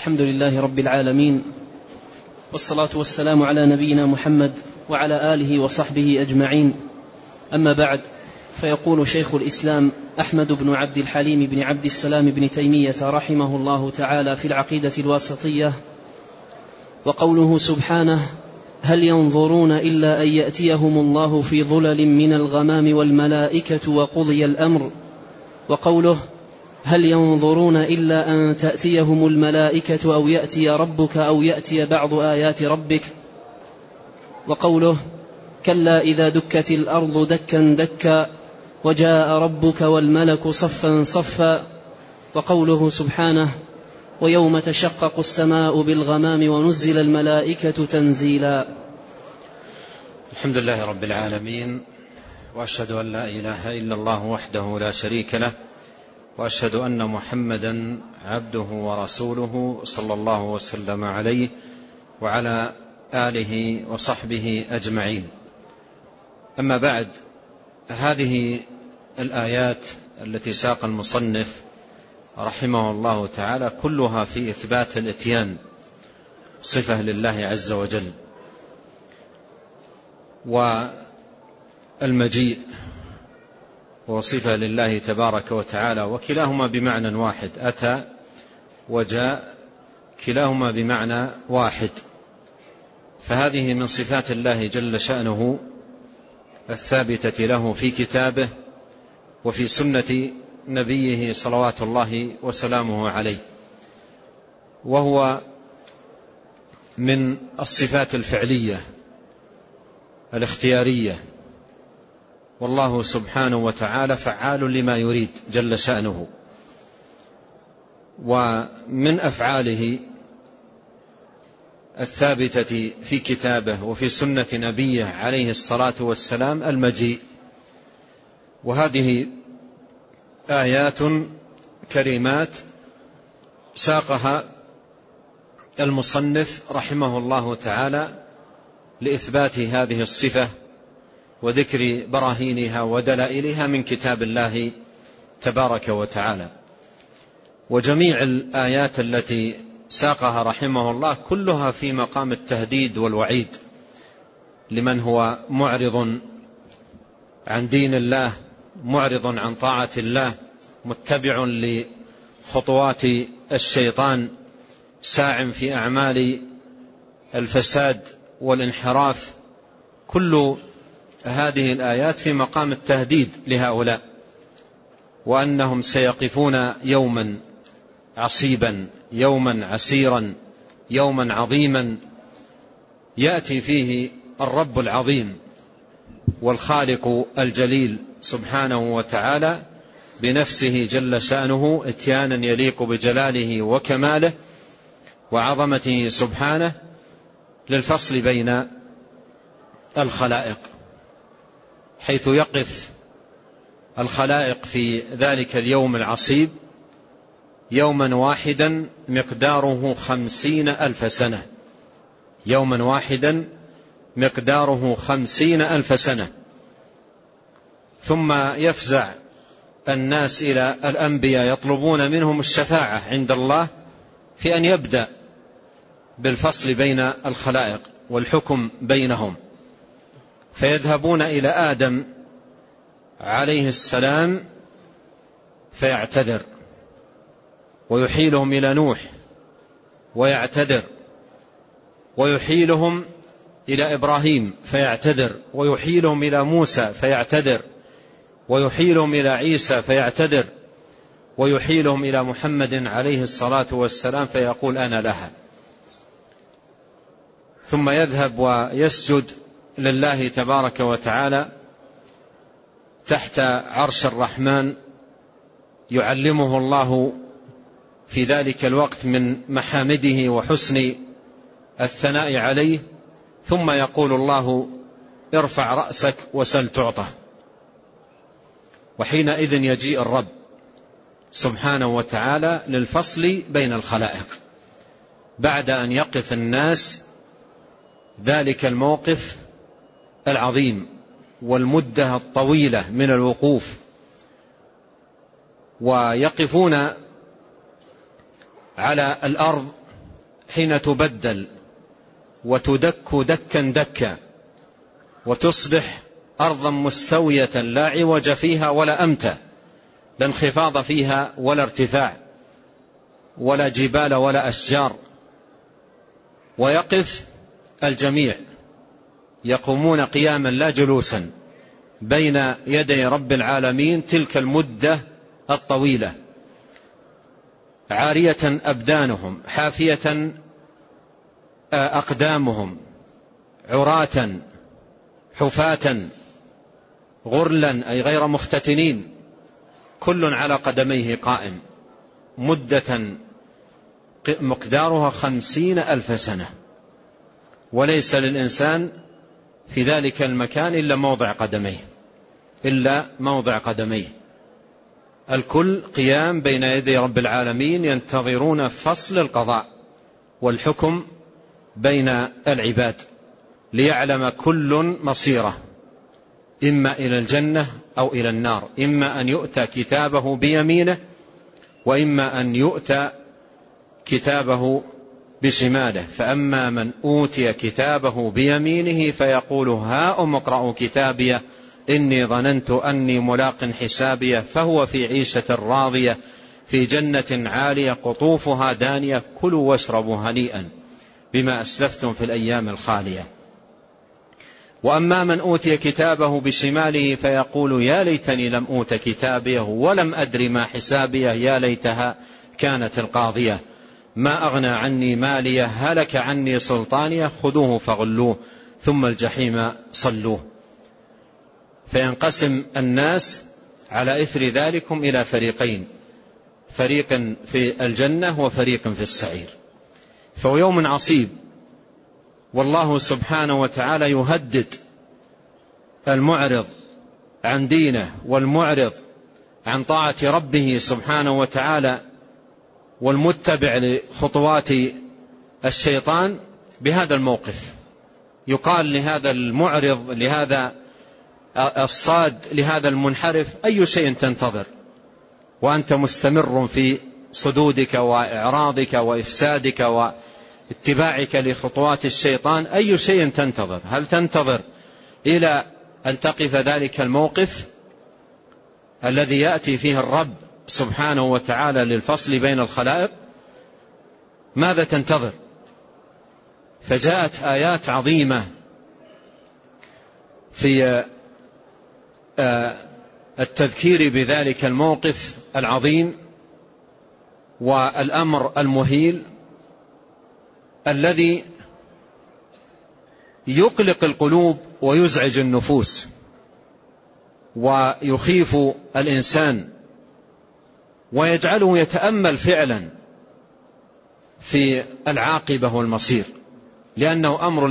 الحمد لله رب العالمين، والصلاة والسلام على نبينا محمد وعلى آله وصحبه أجمعين. أما بعد، فيقول شيخ الإسلام أحمد بن عبد الحليم بن عبد السلام بن تيمية رحمه الله تعالى في العقيدة الواسطية: وقوله سبحانه: هل ينظرون إلا أن يأتيهم الله في ظلل من الغمام والملائكة وقضي الأمر. وقوله: هل ينظرون إلا أن تأتيهم الملائكة أو يأتي ربك أو يأتي بعض آيات ربك. وقوله: كلا إذا دكت الأرض دكا دكا وجاء ربك والملك صفا صفا. وقوله سبحانه: ويوم تشقق السماء بالغمام ونزل الملائكة تنزيلا. الحمد لله رب العالمين، وأشهد أن لا إله إلا الله وحده لا شريك له، وأشهد أن محمدا عبده ورسوله صلى الله وسلم عليه وعلى آله وصحبه أجمعين. أما بعد، هذه الآيات التي ساق المصنف رحمه الله تعالى كلها في إثبات الإتيان، صفة لله عز وجل، والمجيء وصفة لله تبارك وتعالى، وكلاهما بمعنى واحد، أتى وجاء كلاهما بمعنى واحد. فهذه من صفات الله جل شأنه الثابتة له في كتابه وفي سنة نبيه صلوات الله وسلامه عليه، وهو من الصفات الفعلية الاختيارية، والله سبحانه وتعالى فعال لما يريد جل شأنه. ومن أفعاله الثابتة في كتابه وفي سنة نبيه عليه الصلاة والسلام المجيء. وهذه آيات كريمات ساقها المصنف رحمه الله تعالى لإثبات هذه الصفة وذكر براهينها ودلائلها من كتاب الله تبارك وتعالى. وجميع الآيات التي ساقها رحمه الله كلها في مقام التهديد والوعيد لمن هو معرض عن دين الله، معرض عن طاعة الله، متبع لخطوات الشيطان، ساع في أعمال الفساد والانحراف. كل هذه الآيات في مقام التهديد لهؤلاء، وأنهم سيقفون يوما عصيبا، يوما عسيرا، يوما عظيما يأتي فيه الرب العظيم والخالق الجليل سبحانه وتعالى بنفسه جل شأنه إتيانا يليق بجلاله وكماله وعظمته سبحانه للفصل بين الخلائق، حيث يقف الخلائق في ذلك اليوم العصيب يوما واحدا مقداره 50,000 سنة، يوما واحدا مقداره 50,000 سنة. ثم يفزع الناس إلى الأنبياء يطلبون منهم الشفاعة عند الله في أن يبدأ بالفصل بين الخلائق والحكم بينهم، فيذهبون إلى آدم عليه السلام فيعتذر، ويحيلهم إلى نوح ويعتذر، ويحيلهم إلى إبراهيم فيعتذر، ويحيلهم إلى موسى فيعتذر، ويحيلهم إلى عيسى فيعتذر، ويحيلهم إلى محمد عليه الصلاة والسلام فيقول أنا لها. ثم يذهب ويسجد لله تبارك وتعالى تحت عرش الرحمن، يعلمه الله في ذلك الوقت من محامده وحسن الثناء عليه، ثم يقول الله ارفع رأسك وسل تعطى. وحينئذ يجيء الرب سبحانه وتعالى للفصل بين الخلائق بعد أن يقف الناس ذلك الموقف العظيم والمدة الطويلة من الوقوف، ويقفون على الأرض حين تبدل وتدك دكا دكا وتصبح أرضا مستوية لا عوج فيها ولا أمتى، لا انخفاض فيها ولا ارتفاع ولا جبال ولا أشجار، ويقف الجميع يقومون قياما لا جلوسا بين يدي رب العالمين تلك المدة الطويلة، عارية أبدانهم، حافية أقدامهم، عراة حفاة غرلا أي غير مختتنين، كل على قدميه قائم، مدة مقدارها 50,000 سنة، وليس للإنسان في ذلك المكان إلا موضع قدميه، الكل قيام بين يدي رب العالمين ينتظرون فصل القضاء والحكم بين العباد، ليعلم كل مصيره، إما إلى الجنة أو إلى النار، إما أن يؤتى كتابه بيمينه وإما أن يؤتى كتابه بشماله. فأما من أوتي كتابه بيمينه فيقول هاؤم اقرءوا كتابيه إني ظننت أني ملاق حسابيه فهو في عيشة راضية في جنة عالية قطوفها دانية كلوا واشربوا هنيئا بما أسلفتم في الأيام الخالية. وأما من أوتي كتابه بشماله فيقول يا ليتني لم أوت كتابيه ولم أدر ما حسابيه يا ليتها كانت القاضية ما أغنى عني ماليه هلك عني سلطانيه خذوه فغلوه ثم الجحيم صلوه. فينقسم الناس على إثر ذلكم إلى فريقين، فريق في الجنة وفريق في السعير. فهو يوم عصيب، والله سبحانه وتعالى يهدد المعرض عن دينه والمعرض عن طاعة ربه سبحانه وتعالى والمتبع لخطوات الشيطان بهذا الموقف. يقال لهذا المعرض، لهذا الصاد، لهذا المنحرف أي شيء تنتظر وأنت مستمر في صدودك وإعراضك وإفسادك واتباعك لخطوات الشيطان؟ أي شيء تنتظر؟ هل تنتظر إلى أن تقف ذلك الموقف الذي يأتي فيه الرب سبحانه وتعالى للفصل بين الخلائق؟ ماذا تنتظر؟ فجاءت آيات عظيمة في التذكير بذلك الموقف العظيم والأمر المهيل الذي يقلق القلوب ويزعج النفوس ويخيف الإنسان ويجعله يتأمل فعلا في العاقبة والمصير، لأنه أمر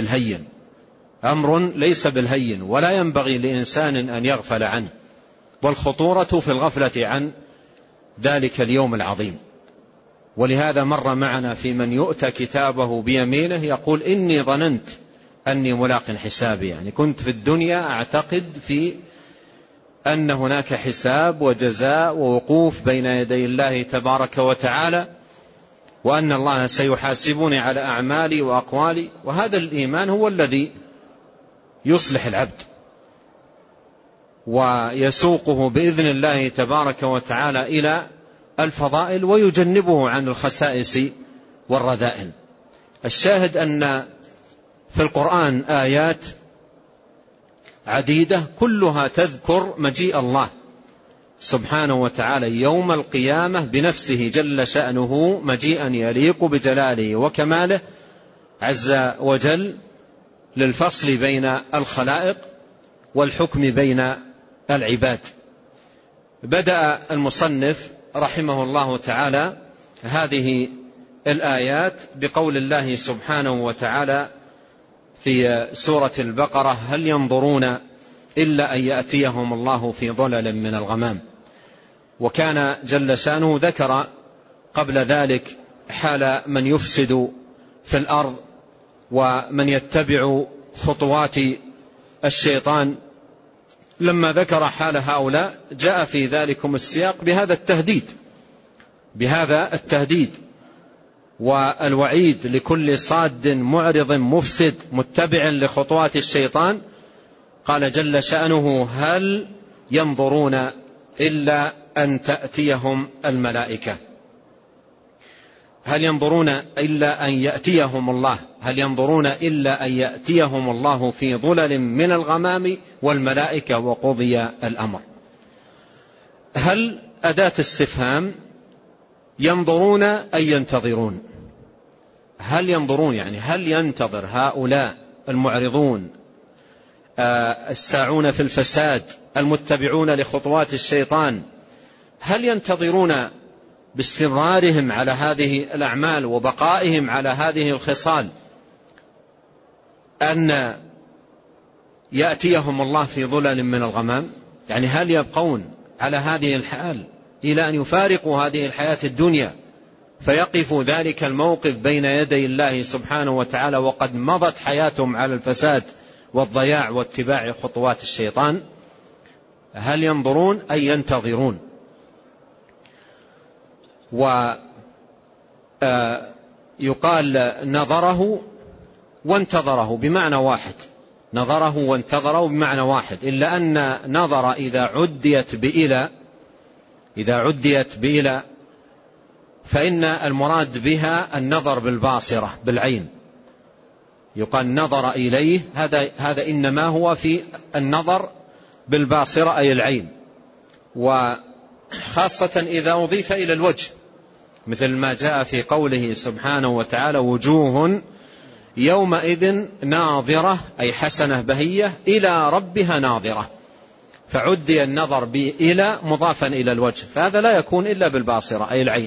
ليس بالهين ولا ينبغي لإنسان أن يغفل عنه، والخطورة في الغفلة عن ذلك اليوم العظيم. ولهذا مر معنا في من يؤتى كتابه بيمينه يقول إني ظننت أني ملاق حسابي، يعني كنت في الدنيا أعتقد في أن هناك حساب وجزاء ووقوف بين يدي الله تبارك وتعالى، وأن الله سيحاسبني على أعمالي وأقوالي. وهذا الإيمان هو الذي يصلح العبد ويسوقه بإذن الله تبارك وتعالى إلى الفضائل ويجنبه عن الخسائس والرذائل. الشاهد أن في القرآن آيات عديدة كلها تذكر مجيء الله سبحانه وتعالى يوم القيامة بنفسه جل شأنه مجيئا يليق بجلاله وكماله عز وجل للفصل بين الخلائق والحكم بين العباد. بدأ المصنف رحمه الله تعالى هذه الآيات بقول الله سبحانه وتعالى في سورة البقرة هل ينظرون إلا أن يأتيهم الله في ظلل من الغمام. وكان جل شأنه ذكر قبل ذلك حال من يفسد في الأرض ومن يتبع خطوات الشيطان. لما ذكر حال هؤلاء جاء في ذلكم السياق بهذا التهديد والوعيد لكل صاد معرض مفسد متبع لخطوات الشيطان. قال جل شأنه: هل ينظرون إلا أن تأتيهم الملائكة. هل ينظرون إلا أن يأتيهم الله، هل ينظرون إلا أن يأتيهم الله في ظلل من الغمام والملائكة وقضي الأمر. هل أداة استفهام، ينظرون أي ينتظرون. هل ينظرون يعني هل ينتظر هؤلاء المعرضون الساعون في الفساد المتبعون لخطوات الشيطان، هل ينتظرون باستمرارهم على هذه الأعمال وبقائهم على هذه الخصال أن يأتيهم الله في ظلل من الغمام؟ يعني هل يبقون على هذه الحال إلى أن يفارقوا هذه الحياة الدنيا فيقفوا ذلك الموقف بين يدي الله سبحانه وتعالى وقد مضت حياتهم على الفساد والضياع واتباع خطوات الشيطان؟ هل ينظرون أي ينتظرون. ويقال نظره وانتظره بمعنى واحد، نظره وانتظره بمعنى واحد، إلا أن نظر إذا عديت بإلى فإن المراد بها النظر بالباصرة بالعين. يقال نظر إليه، هذا إنما هو في النظر بالباصرة أي العين، وخاصة إذا أضيف إلى الوجه، مثل ما جاء في قوله سبحانه وتعالى: وجوه يومئذ ناظرة أي حسنة بهية إلى ربها ناظرة، فعدي النظر إلى مضافا إلى الوجه، فهذا لا يكون إلا بالباصرة أي العين.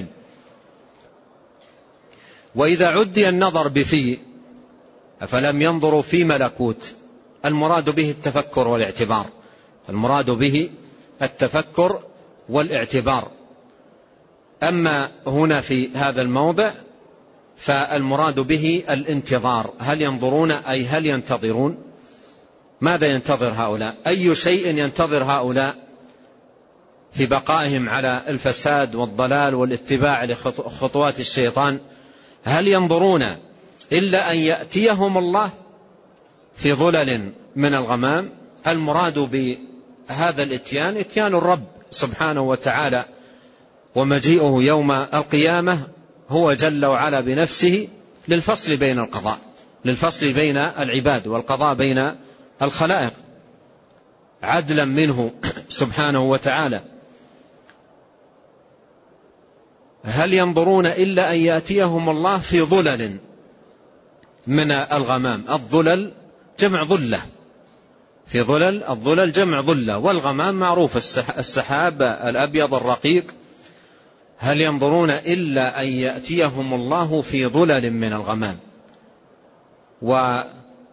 وإذا عدي النظر بفي فلم ينظروا في ملكوت، المراد به التفكر والاعتبار، المراد به التفكر والاعتبار. أما هنا في هذا الموضع فالمراد به الانتظار. هل ينظرون أي هل ينتظرون. ماذا ينتظر هؤلاء؟ أي شيء ينتظر هؤلاء في بقائهم على الفساد والضلال والاتباع لخطوات الشيطان؟ هل ينظرون إلا أن يأتيهم الله في ظلل من الغمام. المراد بهذا الاتيان اتيان الرب سبحانه وتعالى ومجيئه يوم القيامة هو جل وعلا بنفسه للفصل بين القضاء، للفصل بين العباد والقضاء بين الخلائق عدلا منه سبحانه وتعالى. هل ينظرون إلا أن يأتيهم الله في ظلل من الغمام. الظلل جمع ظلة، في ظلل الظلل جمع ظلة، والغمام معروف السحاب الأبيض الرقيق. هل ينظرون إلا أن يأتيهم الله في ظلل من الغمام. وهذا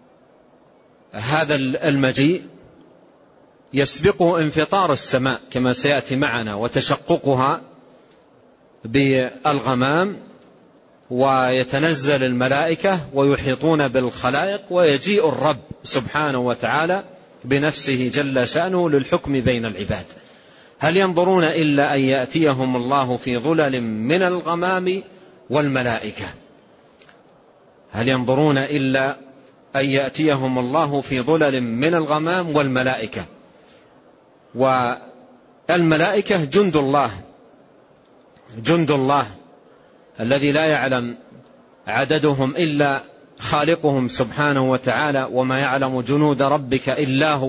المجيء يسبقه انفطار السماء كما سيأتي معنا وتشققها بالغمام، ويتنزل الملائكة ويحيطون بالخلائق، ويجيء الرب سبحانه وتعالى بنفسه جل شأنه للحكم بين العباد. هل ينظرون إلا أن يأتيهم الله في ظلل من الغمام والملائكة. هل ينظرون إلا أن يأتيهم الله في ظلل من الغمام والملائكة. والملائكة جند الله الذي لا يعلم عددهم إلا خالقهم سبحانه وتعالى، وما يعلم جنود ربك إلا هو.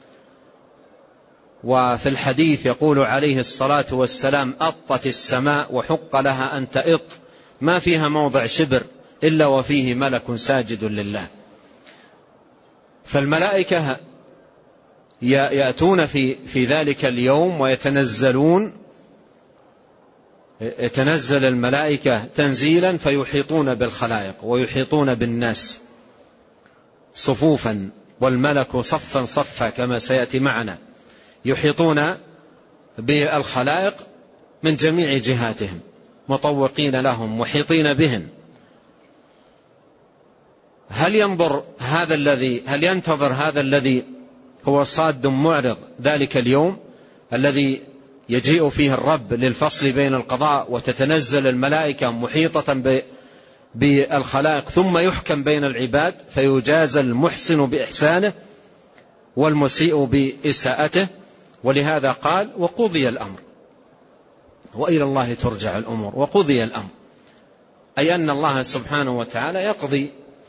وفي الحديث يقول عليه الصلاة والسلام: أطت السماء وحق لها أن تئط، ما فيها موضع شبر إلا وفيه ملك ساجد لله. فالملائكة يأتون في ذلك اليوم ويتنزلون، يتنزل الملائكة تنزيلا فيحيطون بالخلائق ويحيطون بالناس صفوفا، والملك صفا صفا كما سيأتي معنا، يحيطون بالخلائق من جميع جهاتهم مطوقين لهم محيطين بهم. هل ينتظر هذا الذي هو صاد معرض ذلك اليوم الذي يجيء فيه الرب للفصل بين القضاء، وتتنزل الملائكة محيطة بالخلائق ثم يحكم بين العباد فيجازى المحسن بإحسانه والمسيء بإساءته. ولهذا قال وقضي الأمر وإلى الله ترجع الأمور. وقضي الأمر أي أن الله سبحانه وتعالى يقضي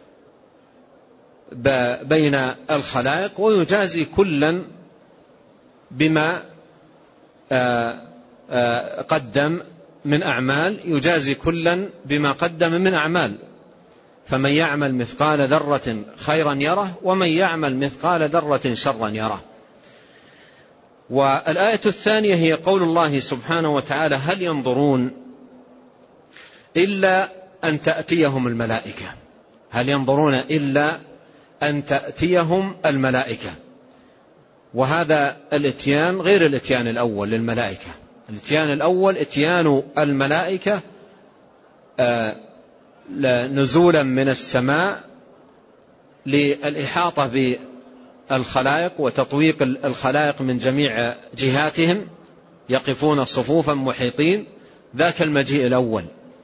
بين الخلائق ويجازي كلا بما قدم من أعمال، يجازي كلا بما قدم من أعمال. فمن يعمل مثقال ذرة خيرا يره ومن يعمل مثقال ذرة شرا يره. والآية الثانية هي قول الله سبحانه وتعالى هل ينظرون إلا أن تأتيهم الملائكة. هل ينظرون إلا أن تأتيهم الملائكة. وهذا الاتيان غير الاتيان الأول للملائكة. الاتيان الأول اتيان الملائكة نزولا من السماء للإحاطة بالخلائق وتطويق الخلائق من جميع جهاتهم، يقفون صفوفا محيطين. ذاك المجيء الأول.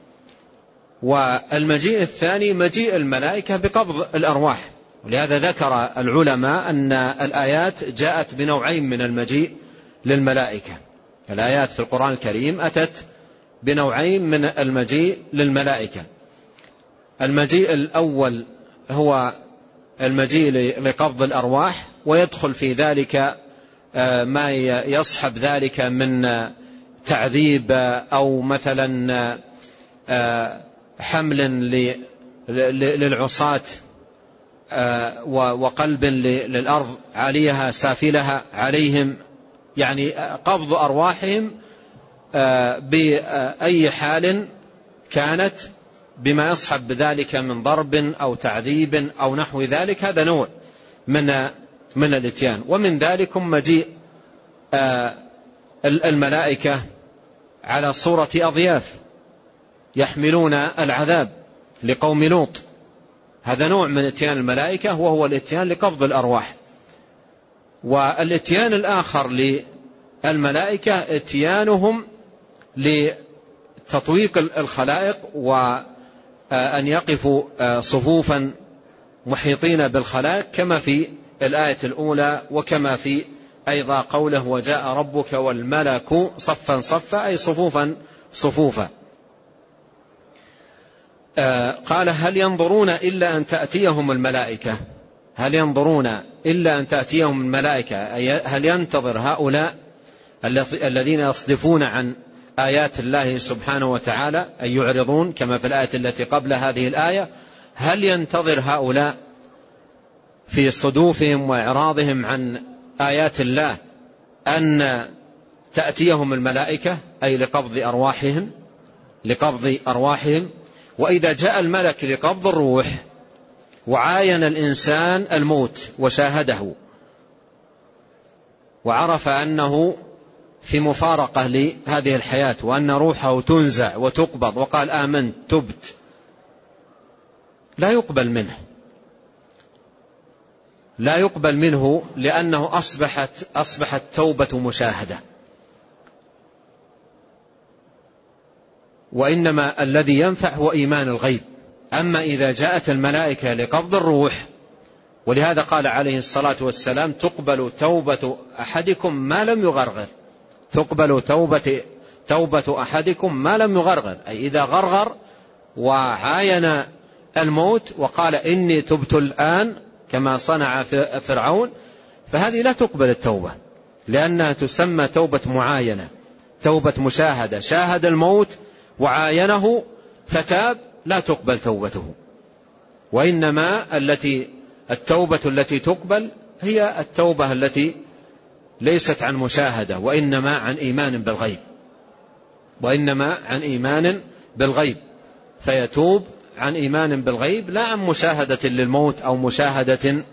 والمجيء الثاني مجيء الملائكة بقبض الأرواح. ولهذا ذكر العلماء أن الآيات جاءت بنوعين من المجيء للملائكة. الآيات في القرآن الكريم أتت بنوعين من المجيء للملائكة. المجيء الأول هو المجيء لقبض الأرواح، ويدخل في ذلك ما يصحب ذلك من تعذيب أو مثلا حمل للعصاة وقلب للأرض عاليها سافلها عليهم، يعني قبض أرواحهم بأي حال كانت بما يصحب بذلك من ضرب أو تعذيب أو نحو ذلك. هذا نوع من الاتيان. ومن ذلكم مجيء الملائكة على صورة أضياف يحملون العذاب لقوم لوط. هذا نوع من اتيان الملائكة وهو الاتيان لقبض الأرواح. والاتيان الآخر للملائكة اتيانهم لتطويق الخلائق وأن يقفوا صفوفا محيطين بالخلائق كما في الآية الأولى، وكما في أيضا قوله وجاء ربك والملك صفا صفا أي صفوفا صفوفا. قال هل ينظرون إلا أن تأتيهم الملائكة. هل ينظرون إلا أن تأتيهم الملائكة، هل ينتظر هؤلاء الذين يصدفون عن آيات الله سبحانه وتعالى أن يعرضون كما في الآية التي قبل هذه الآية؟ هل ينتظر هؤلاء في صدوفهم وإعراضهم عن آيات الله أن تأتيهم الملائكة أي لقبض أرواحهم؟ وإذا جاء الملك لقبض الروح وعاين الإنسان الموت وشاهده وعرف أنه في مفارقة لهذه الحياة وأن روحه تنزع وتقبض وقال آمنت تبت، لا يقبل منه لأنه أصبحت توبة مشاهدة. وإنما الذي ينفع هو إيمان الغيب. أما إذا جاءت الملائكة لقبض الروح، ولهذا قال عليه الصلاة والسلام تقبل توبة أحدكم ما لم يغرغر. تقبل توبة أحدكم ما لم يغرغر، أي إذا غرغر وعاين الموت وقال إني تبت الآن كما صنع فرعون، فهذه لا تقبل التوبة، لأنها تسمى توبة معاينة، توبة مشاهدة. شاهد الموت وعاينه فتاب، لا تقبل توبته. وإنما التوبة التي تقبل هي التوبة التي ليست عن مشاهدة وإنما عن إيمان بالغيب. فيتوب عن إيمان بالغيب لا عن مشاهدة للموت أو مشاهدة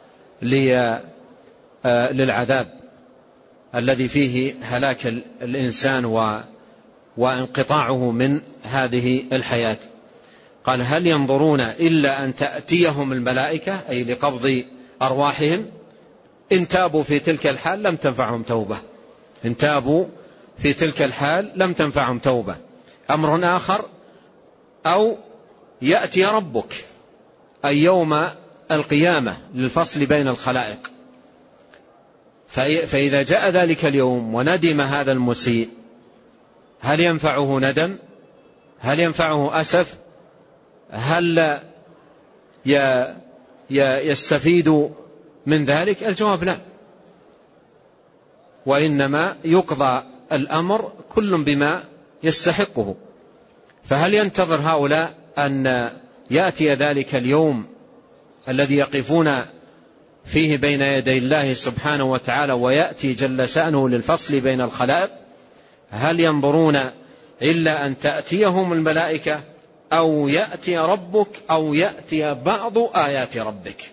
للعذاب الذي فيه هلاك الإنسان وانقطاعه من هذه الحياة. قال هل ينظرون إلا أن تأتيهم الملائكة أي لقبض أرواحهم. إن تابوا في تلك الحال لم تنفعهم توبة. إن تابوا في تلك الحال لم تنفعهم توبة. أمر آخر، أو يأتي ربك، أي يوم القيامة للفصل بين الخلائق. فإذا جاء ذلك اليوم وندم هذا المسيء، هل ينفعه ندم؟ هل ينفعه أسف؟ هل يستفيد من ذلك؟ الجواب لا، وإنما يقضى الأمر كل بما يستحقه. فهل ينتظر هؤلاء أن يأتي ذلك اليوم الذي يقفون فيه بين يدي الله سبحانه وتعالى ويأتي جل شأنه للفصل بين الخلائق؟ هل ينظرون إلا أن تأتيهم الملائكة أو يأتي ربك أو يأتي بعض آيات ربك؟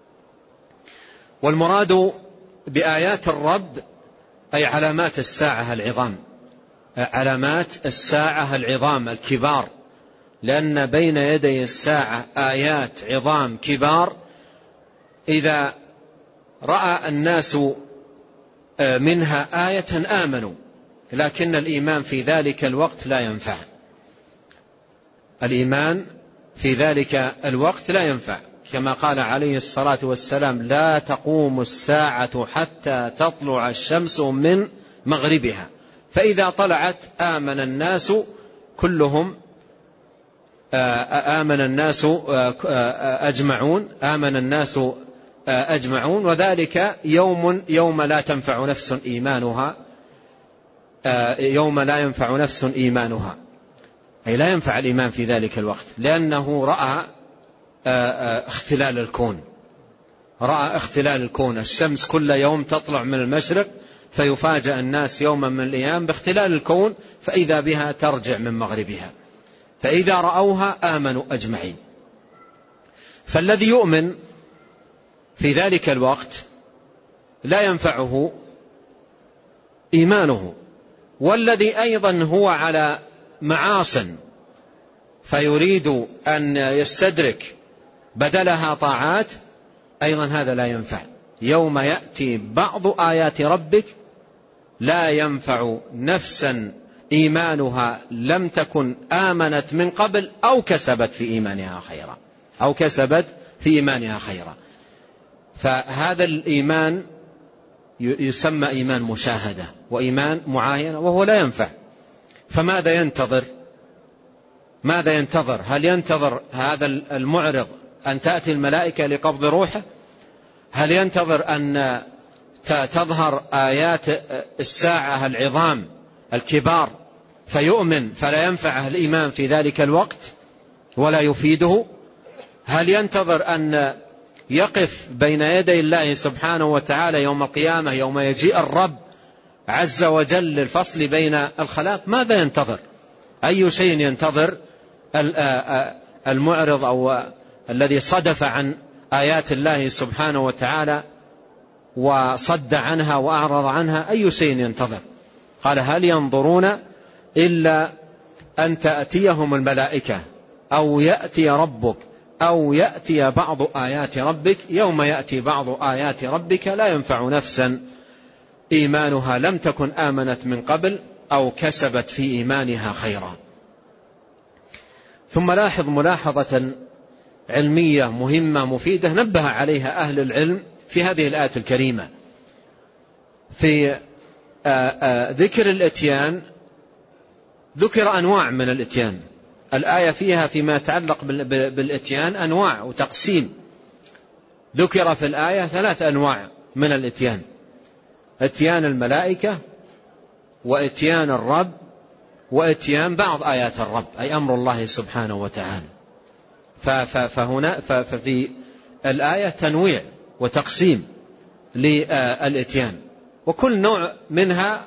والمراد بآيات الرب أي علامات الساعة العظام، علامات الساعة العظام الكبار، لأن بين يدي الساعة آيات عظام كبار إذا رأى الناس منها آية آمنوا، لكن الإيمان في ذلك الوقت لا ينفع. الإيمان في ذلك الوقت لا ينفع، كما قال عليه الصلاة والسلام: لا تقوم الساعة حتى تطلع الشمس من مغربها، فإذا طلعت آمن الناس كلهم، آمن الناس أجمعون، وذلك يوم لا تنفع نفس إيمانها، يوم لا ينفع نفس إيمانها، أي لا ينفع الإيمان في ذلك الوقت، لأنه رأى اختلال الكون، رأى اختلال الكون. الشمس كل يوم تطلع من المشرق، فيفاجأ الناس يوما من الأيام باختلال الكون، فإذا بها ترجع من مغربها، فإذا رأوها آمنوا أجمعين. فالذي يؤمن في ذلك الوقت لا ينفعه إيمانه، والذي أيضا هو على معاصٍ فيريد أن يستدرك بدلها طاعات، أيضا هذا لا ينفع. يوم يأتي بعض آيات ربك لا ينفع نفسا إيمانها لم تكن آمنت من قبل أو كسبت في إيمانها خيرا، فهذا الإيمان يسمى إيمان مشاهدة وإيمان معاينة، وهو لا ينفع. فماذا ينتظر؟ هل ينتظر هذا المعرض أن تأتي الملائكة لقبض روحه؟ هل ينتظر أن تظهر آيات الساعة العظام الكبار فيؤمن فلا ينفعه الإيمان في ذلك الوقت ولا يفيده؟ هل ينتظر أن يقف بين يدي الله سبحانه وتعالى يوم القيامة، يوم يجيء الرب عز وجل للفصل بين الخلائق؟ ماذا ينتظر؟ أي شيء ينتظر المعرض أو الذي صدف عن آيات الله سبحانه وتعالى وصد عنها وأعرض عنها؟ أي شيء ينتظر؟ قال: هل ينظرون إلا أن تأتيهم الملائكة أو يأتي ربك أو يأتي بعض آيات ربك. يوم يأتي بعض آيات ربك لا ينفع نفسا إيمانها لم تكن آمنت من قبل أو كسبت في إيمانها خيرا. ثم لاحظ ملاحظة علمية مهمة مفيدة نبه عليها أهل العلم في هذه الآية الكريمة. في ذكر الإتيان ذكر أنواع من الإتيان. الآية فيها فيما يتعلق بالإتيان أنواع وتقسيم. ذكر في الآية 3 أنواع من الإتيان: إتيان الملائكة، وإتيان الرب، وإتيان بعض آيات الرب، أي أمر الله سبحانه وتعالى. ففي الآية تنويع وتقسيم للإتيان، وكل نوع منها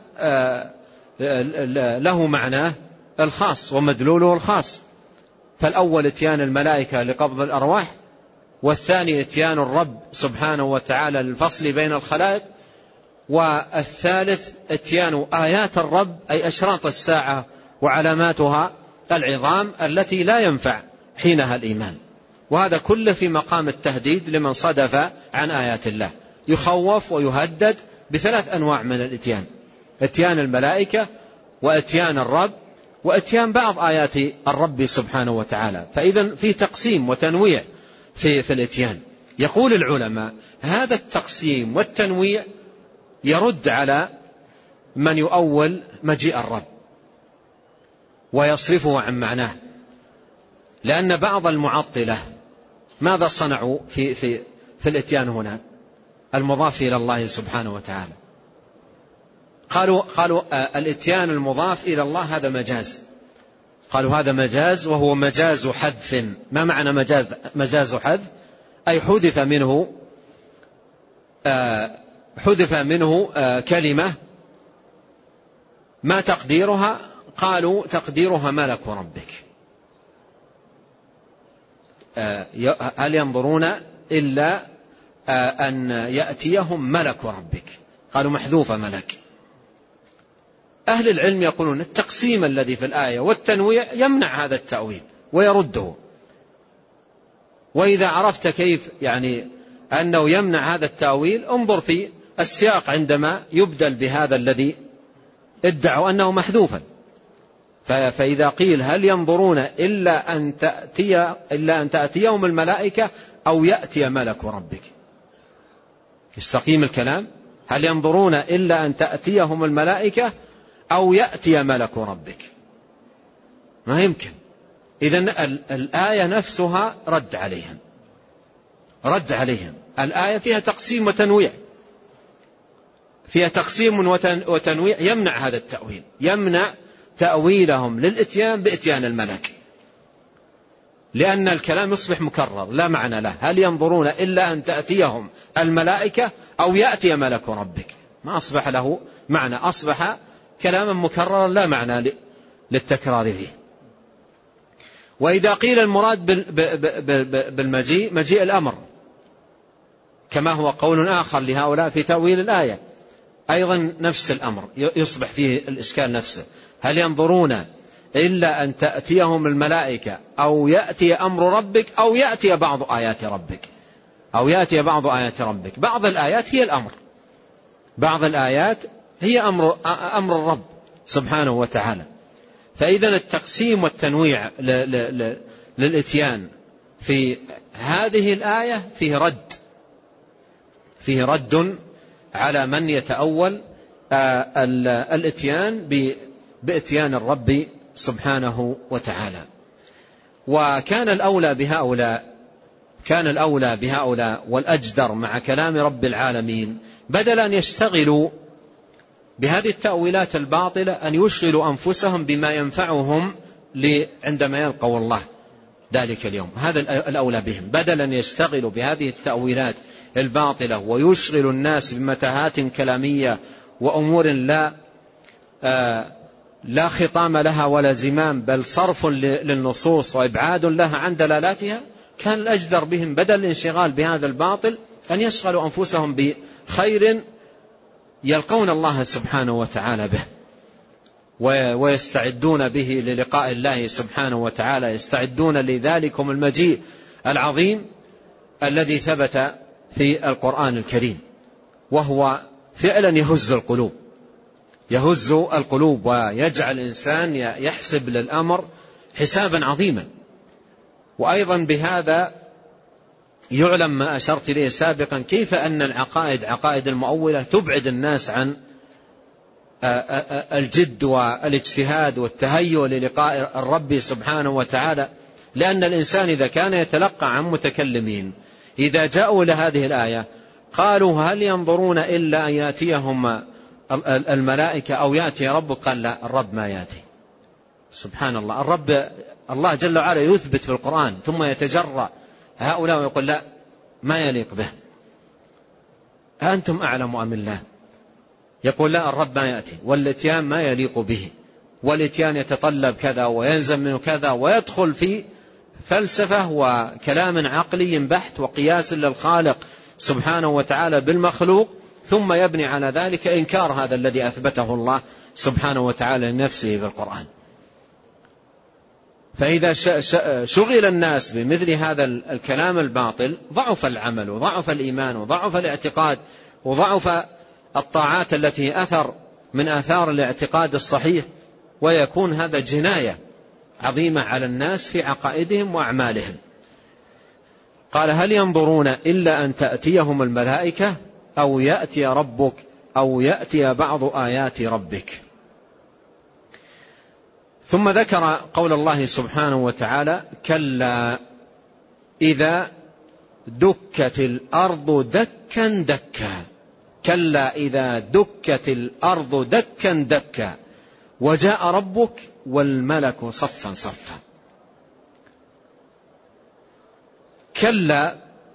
له معناه الخاص ومدلوله الخاص. فالأول إتيان الملائكة لقبض الأرواح، والثاني إتيان الرب سبحانه وتعالى للفصل بين الخلائق، والثالث إتيان آيات الرب أي أشراط الساعة وعلاماتها العظام التي لا ينفع حينها الإيمان. وهذا كله في مقام التهديد لمن صدف عن آيات الله، يخوف ويهدد ب3 أنواع من الإتيان: إتيان الملائكة، وإتيان الرب، وإتيان بعض آيات الرب سبحانه وتعالى. فإذا في تقسيم وتنويع في الإتيان. يقول العلماء هذا التقسيم والتنويع يرد على من يؤول مجيء الرب ويصرفه عن معناه، لأن بعض المعطلة ماذا صنعوا في الإتيان هنا المضاف إلى الله سبحانه وتعالى؟ قالوا الإتيان المضاف إلى الله هذا مجاز. قالوا هذا مجاز، وهو مجاز حذف. ما معنى مجاز حذف؟ أي حذف منه كلمة، ما تقديرها؟ قالوا تقديرها ملك ربك. هل ينظرون إلا أن يأتيهم ملك ربك؟ قالوا محذوفة ملك. أهل العلم يقولون التقسيم الذي في الآية والتنويع يمنع هذا التأويل ويرده. وإذا عرفت كيف يعني أنه يمنع هذا التأويل انظر في السياق عندما يبدل بهذا الذي ادعوا أنه محذوفا. فإذا قيل هل ينظرون إلا أن تأتيهم الملائكة أو يأتي ملك ربك، يستقيم الكلام. هل ينظرون إلا أن تأتيهم الملائكة أو يأتي ملك ربك؟ ما يمكن. إذن الآية نفسها رد عليهم. الآية فيها تقسيم وتنويع، فيها تقسيم وتنويع يمنع هذا التأويل، يمنع تأويلهم للإتيان بإتيان الملك، لأن الكلام يصبح مكرر لا معنى له. هل ينظرون إلا أن تأتيهم الملائكة أو يأتي ملك ربك؟ ما أصبح له معنى، أصبح كلاما مكررا لا معنى للتكرار فيه. وإذا قيل المراد بالمجيء مجيء الأمر، كما هو قول آخر لهؤلاء في تأويل الآية، أيضا نفس الأمر يصبح فيه الإشكال نفسه. هل ينظرون إلا أن تأتيهم الملائكة أو يأتي أمر ربك أو يأتي بعض آيات ربك؟ بعض الآيات هي الأمر، بعض الآيات هي أمر الرب سبحانه وتعالى. فإذا التقسيم والتنويع للإتيان في هذه الآية فيه رد على من يتأول الإتيان بإتيان الرب سبحانه وتعالى. وكان الأولى بهؤلاء والأجدر مع كلام رب العالمين بدل أن يشتغلوا بهذه التأويلات الباطلة أن يشغلوا أنفسهم بما ينفعهم عندما يلقوا الله ذلك اليوم. هذا الأولى بهم، بدل أن يشتغلوا بهذه التأويلات الباطلة ويشغلوا الناس بمتاهات كلامية وأمور لا خطام لها ولا زمام، بل صرف للنصوص وإبعاد لها عن دلالاتها. كان الأجدر بهم بدل الانشغال بهذا الباطل أن يشغلوا أنفسهم بخير يلقون الله سبحانه وتعالى به ويستعدون به للقاء الله سبحانه وتعالى، يستعدون لذلكم المجيء العظيم الذي ثبت في القرآن الكريم، وهو فعلا يهز القلوب ويجعل الإنسان يحسب للأمر حسابا عظيما. وأيضا بهذا يعلم ما أشرت إليه سابقا، كيف أن عقائد المؤولة تبعد الناس عن الجد والاجتهاد والتهيؤ للقاء الرب سبحانه وتعالى. لأن الإنسان إذا كان يتلقى عن متكلمين إذا جاءوا لهذه الآية قالوا هل ينظرون إلا أن يأتيهم الملائكة أو يأتي ربك؟ قال لا، الرب ما يأتي. سبحان الله، الله جل وعلا يثبت في القرآن ثم يتجرأ هؤلاء ويقول لا، ما يليق به. أنتم أعلم أم الله؟ يقول لا، الرب ما يأتي، والإتيان ما يليق به، والإتيان يتطلب كذا وينزم منه كذا، ويدخل في فلسفة وكلام عقلي بحت وقياس للخالق سبحانه وتعالى بالمخلوق، ثم يبني على ذلك إنكار هذا الذي أثبته الله سبحانه وتعالى لنفسه في القرآن. فإذا شغل الناس بمثل هذا الكلام الباطل ضعف العمل وضعف الإيمان وضعف الاعتقاد وضعف الطاعات التي أثر من آثار الاعتقاد الصحيح ويكون هذا جناية عظيمة على الناس في عقائدهم وأعمالهم. قال هل ينظرون إلا أن تأتيهم الملائكة أو يأتي ربك أو يأتي بعض آيات ربك. ثم ذكر قول الله سبحانه وتعالى كلا إذا دكت الأرض دكا دكا. كلا إذا دكت الأرض دكا دكا وجاء ربك والملك صفا صفا. كلا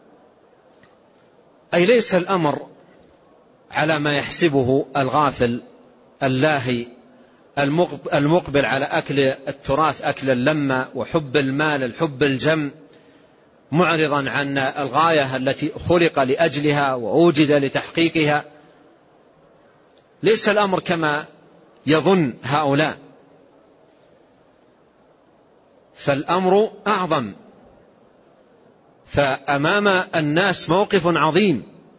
أي ليس الأمر على ما يحسبه الغافل اللاهي المقبل على أكل التراث أكل اللمة وحب المال الحب الجم، معرضا عن الغاية التي خلق لأجلها وأوجد لتحقيقها. ليس الأمر كما يظن هؤلاء، فالأمر أعظم، فأمام الناس موقف عظيم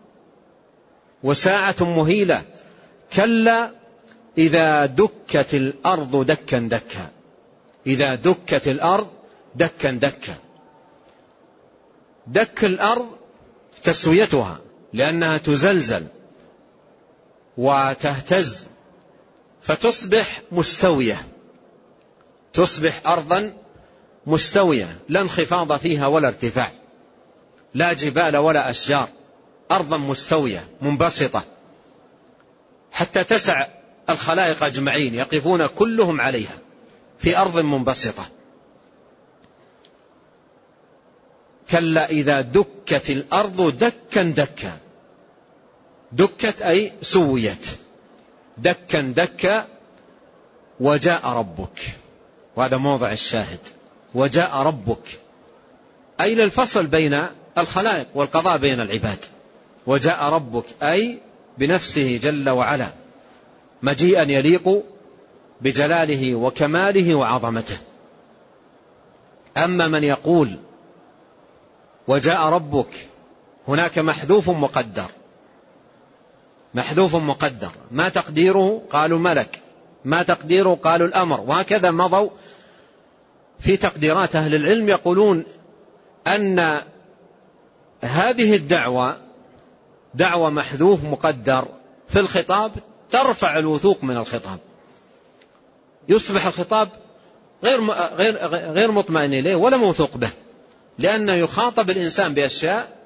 وساعة مهيلة. كلا إذا دكت الأرض دكا دكا. إذا دكت الأرض دكا دكا. دك الأرض تسويتها لأنها تزلزل وتهتز فتصبح مستوية، تصبح أرضا مستوية لا انخفاض فيها ولا ارتفاع، لا جبال ولا أشجار، أرضا مستوية منبسطة حتى تسع الخلائق أجمعين يقفون كلهم عليها في أرض منبسطة. كلا إذا دكت الأرض دكا دكا. دكت أي سويت، دكا دكا وجاء ربك، وهذا موضع الشاهد. وجاء ربك أي للفصل بين الخلائق والقضاء بين العباد. وجاء ربك أي بنفسه جل وعلا مجيئا يليق بجلاله وكماله وعظمته. أما من يقول وجاء ربك هناك محذوف مقدر، محذوف مقدر ما تقديره؟ قالوا ملك، ما تقديره؟ قالوا الأمر. وهكذا مضوا في تقديرات أهل العلم يقولون أن هذه الدعوة دعوة محذوف مقدر في الخطاب ترفع الوثوق من الخطاب، يصبح الخطاب غير مطمئن إليه ولا موثوق به، لأنه يخاطب الإنسان بأشياء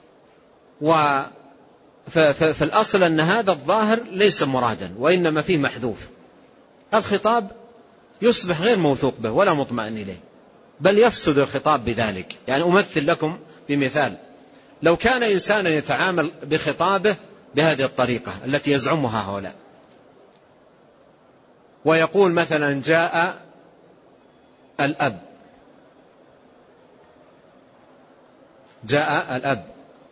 في الأصل أن هذا الظاهر ليس مرادا وإنما فيه محذوف. الخطاب يصبح غير موثوق به ولا مطمئن إليه، بل يفسد الخطاب بذلك. يعني أمثل لكم بمثال: لو كان إنسانا يتعامل بخطابه بهذه الطريقة التي يزعمها هؤلاء، ويقول مثلا جاء الأب، جاء الأب،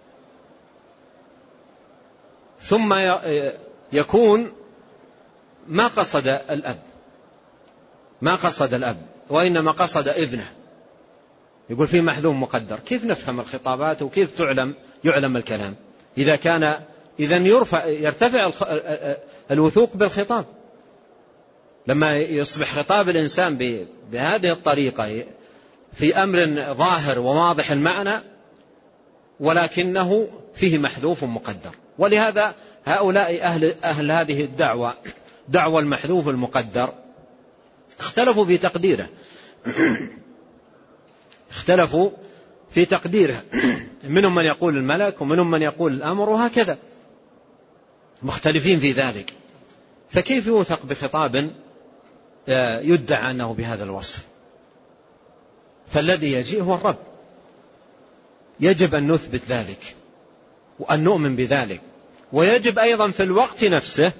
ثم يكون ما قصد الأب، ما قصد الأب وإنما قصد ابنه، يقول فيه محذوف مقدر. كيف نفهم الخطابات وكيف يعلم الكلام إذا كان إذن يرتفع الوثوق بالخطاب؟ لما يصبح خطاب الإنسان بهذه الطريقة في أمر ظاهر وواضح المعنى ولكنه فيه محذوف مقدر. ولهذا هؤلاء أهل هذه الدعوة، دعوة المحذوف المقدر، اختلفوا في تقديره، اختلفوا في تقديره، منهم من يقول الملك ومنهم من يقول الأمر، وهكذا مختلفين في ذلك. فكيف يوثق بخطاب يدعى أنه بهذا الوصف؟ فالذي يجيء هو الرب، يجب أن نثبت ذلك وأن نؤمن بذلك. ويجب أيضا في الوقت نفسه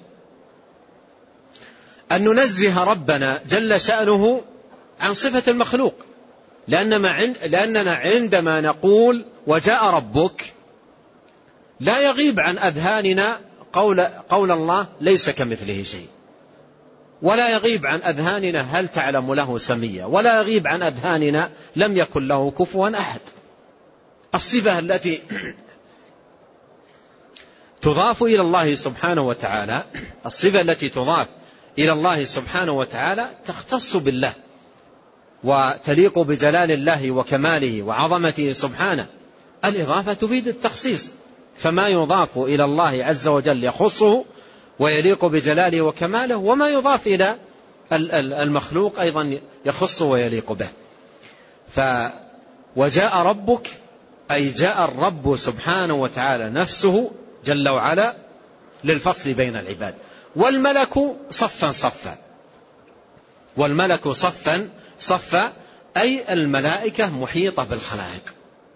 أن ننزه ربنا جل شأنه عن صفة المخلوق، لأننا عندما نقول وجاء ربك لا يغيب عن أذهاننا قول الله ليس كمثله شيء، ولا يغيب عن أذهاننا هل تعلم له سميا، ولا يغيب عن أذهاننا لم يكن له كفوا أحد. الصفة التي تضاف إلى الله سبحانه وتعالى، الصفة التي تضاف إلى الله سبحانه وتعالى تختص بالله وتليق بجلال الله وكماله وعظمته سبحانه. الإضافة تفيد التخصيص، فما يضاف إلى الله عز وجل يخصه ويليق بجلاله وكماله، وما يضاف إلى المخلوق أيضا يخصه ويليق به. وجاء ربك أي جاء الرب سبحانه وتعالى نفسه جل وعلا للفصل بين العباد. والملك صفا صفا، والملك صفا صفا أي الملائكة محيطة بالخلائق،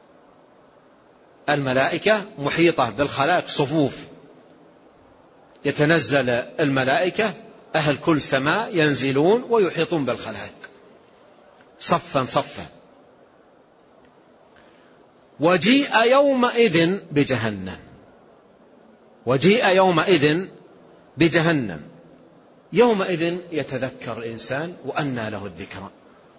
الملائكة محيطة بالخلائق صفوف، يتنزل الملائكة أهل كل سماء ينزلون ويحيطون بالخلائق صفا صفا. وجيء يومئذ بجهنم، وجيء يومئذ بجهنم، يومئذ يتذكر الإنسان وأنى له الذكرى،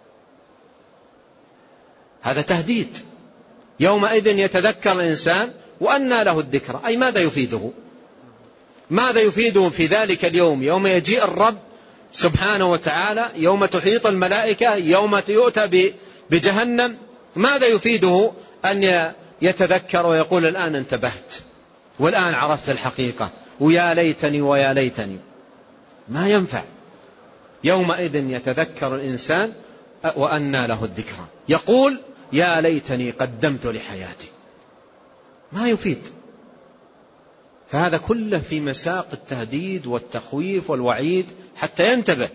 هذا تهديد. يومئذ يتذكر الإنسان وأنى له الذكرى، أي ماذا يفيده؟ ماذا يفيده في ذلك اليوم، يوم يجيء الرب سبحانه وتعالى، يوم تحيط الملائكة، يوم يؤتى بجهنم؟ ماذا يفيده أن يتذكر ويقول الآن انتبهت والآن عرفت الحقيقة ويا ليتني ويا ليتني؟ ما ينفع. يومئذ يتذكر الإنسان وأنى له الذكرى، يقول يا ليتني قدمت لحياتي، ما يفيد. فهذا كله في مساق التهديد والتخويف والوعيد حتى ينتبه،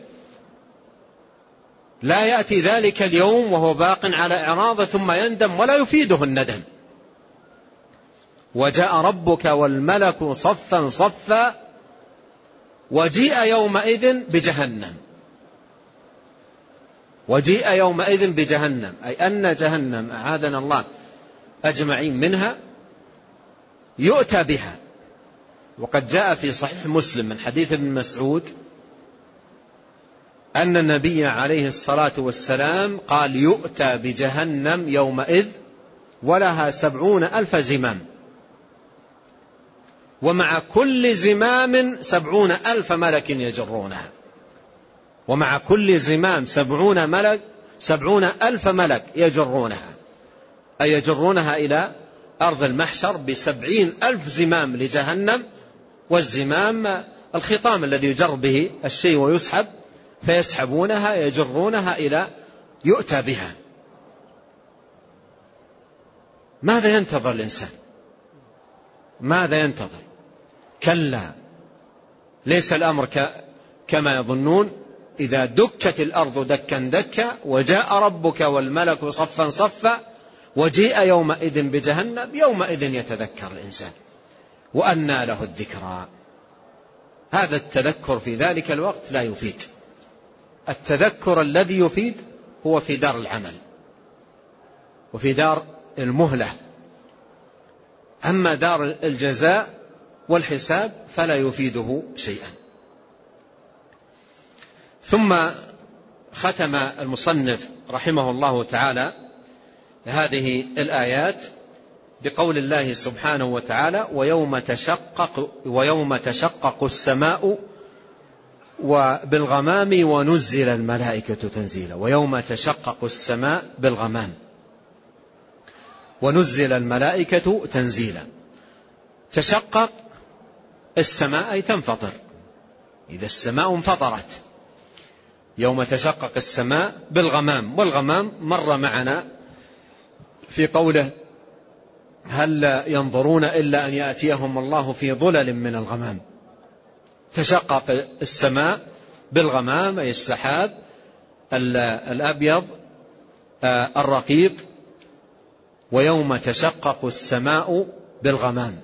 لا يأتي ذلك اليوم وهو باق على إعراضه ثم يندم ولا يفيده الندم. وجاء ربك والملك صفا صفا وجيء يومئذ بجهنم، وجيء يومئذ بجهنم أي أن جهنم أعاذنا الله أجمعين منها يؤتى بها. وقد جاء في صحيح مسلم من حديث ابن مسعود أن النبي عليه الصلاة والسلام قال يؤتى بجهنم يومئذ ولها 70,000 زمام، ومع كل زمام 70,000 ملك يجرونها، ومع كل زمام 70,000 ملك يجرونها، أي يجرونها إلى أرض المحشر ب70,000 زمام لجهنم. والزمام الخطام الذي يجر به الشيء ويسحب، فيسحبونها يجرونها إلى يؤتى بها. ماذا ينتظر الإنسان؟ ماذا ينتظر؟ كلا، ليس الأمر كما يظنون. إذا دكت الأرض دكا دكا وجاء ربك والملك صفا صفا وجيء يومئذ بجهنم، يومئذ يتذكر الإنسان وأنى له الذكرى. هذا التذكر في ذلك الوقت لا يفيد. التذكر الذي يفيد هو في دار العمل وفي دار المهلة، أما دار الجزاء والحساب فلا يفيده شيئا. ثم ختم المصنف رحمه الله تعالى هذه الآيات بقول الله سبحانه وتعالى ويوم تشقق السماء بالغمام ونزل الملائكة تنزيلا. ويوم تشقق السماء بالغمام ونزل الملائكة تنزيلا. تشقق السماء أي تنفطر، إذا السماء انفطرت. يوم تشقق السماء بالغمام، والغمام مر معنا في قوله هل ينظرون إلا أن يأتيهم الله في ظلل من الغمام. تشقق السماء بالغمام أي السحاب الأبيض الرقيق. ويوم تشقق السماء بالغمام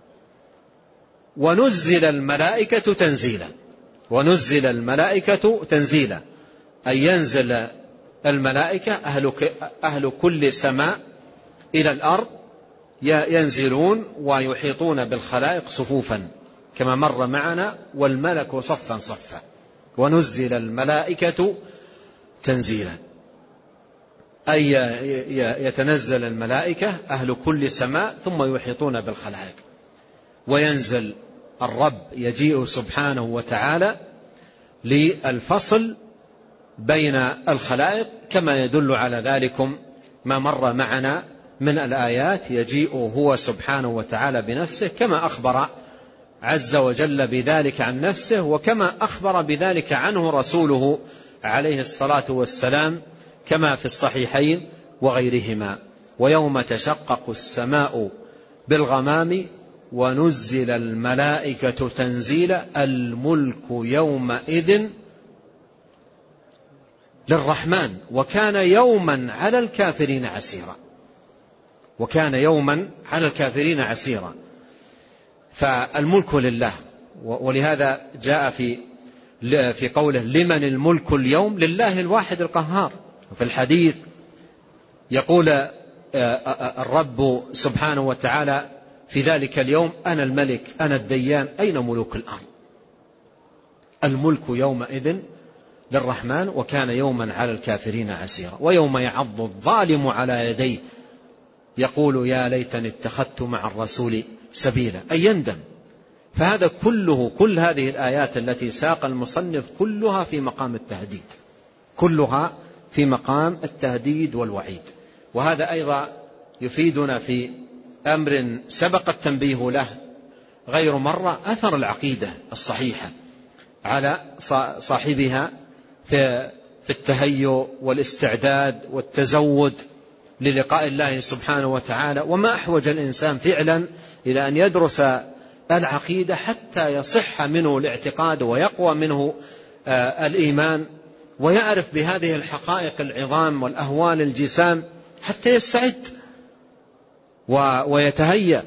ونزل الملائكة تنزيلا. ونزل الملائكة تنزيلا أي ينزل الملائكة أهل كل سماء إلى الأرض، ينزلون ويحيطون بالخلائق صفوفا كما مر معنا. والملك صفا صفا ونزل الملائكة تنزيلا أي يتنزل الملائكة أهل كل سماء ثم يحيطون بالخلائق. وينزل الرب يجيء سبحانه وتعالى للفصل بين الخلائق، كما يدل على ذلكم ما مر معنا من الآيات. يجيء هو سبحانه وتعالى بنفسه كما أخبر عز وجل بذلك عن نفسه، وكما أخبر بذلك عنه رسوله عليه الصلاة والسلام كما في الصحيحين وغيرهما. ويوم تشقق السماء بالغمام ونزل الملائكة تنزيلا الملك يومئذ للرحمن وكان يوما على الكافرين عسيرا. وكان يوما على الكافرين عسيرا. فالملك لله، ولهذا جاء في قوله لمن الملك اليوم، لله الواحد القهار. وفي الحديث يقول الرب سبحانه وتعالى في ذلك اليوم أنا الملك أنا الديان أين ملوك الأرض. الملك يومئذ للرحمن وكان يوما على الكافرين عسيرا. ويوم يعض الظالم على يديه يقول يا ليتني اتخذت مع الرسول سبيلا، أي يندم. فهذا كله، كل هذه الآيات التي ساق المصنف كلها في مقام التهديد، كلها في مقام التهديد والوعيد. وهذا أيضا يفيدنا في أمر سبق التنبيه له غير مرة، أثر العقيدة الصحيحة على صاحبها في التهيؤ والاستعداد والتزود للقاء الله سبحانه وتعالى. وما أحوج الإنسان فعلا إلى أن يدرس العقيدة حتى يصح منه الاعتقاد ويقوى منه الإيمان، ويعرف بهذه الحقائق العظام والأهوال الجسام حتى يستعد ويتهيأ،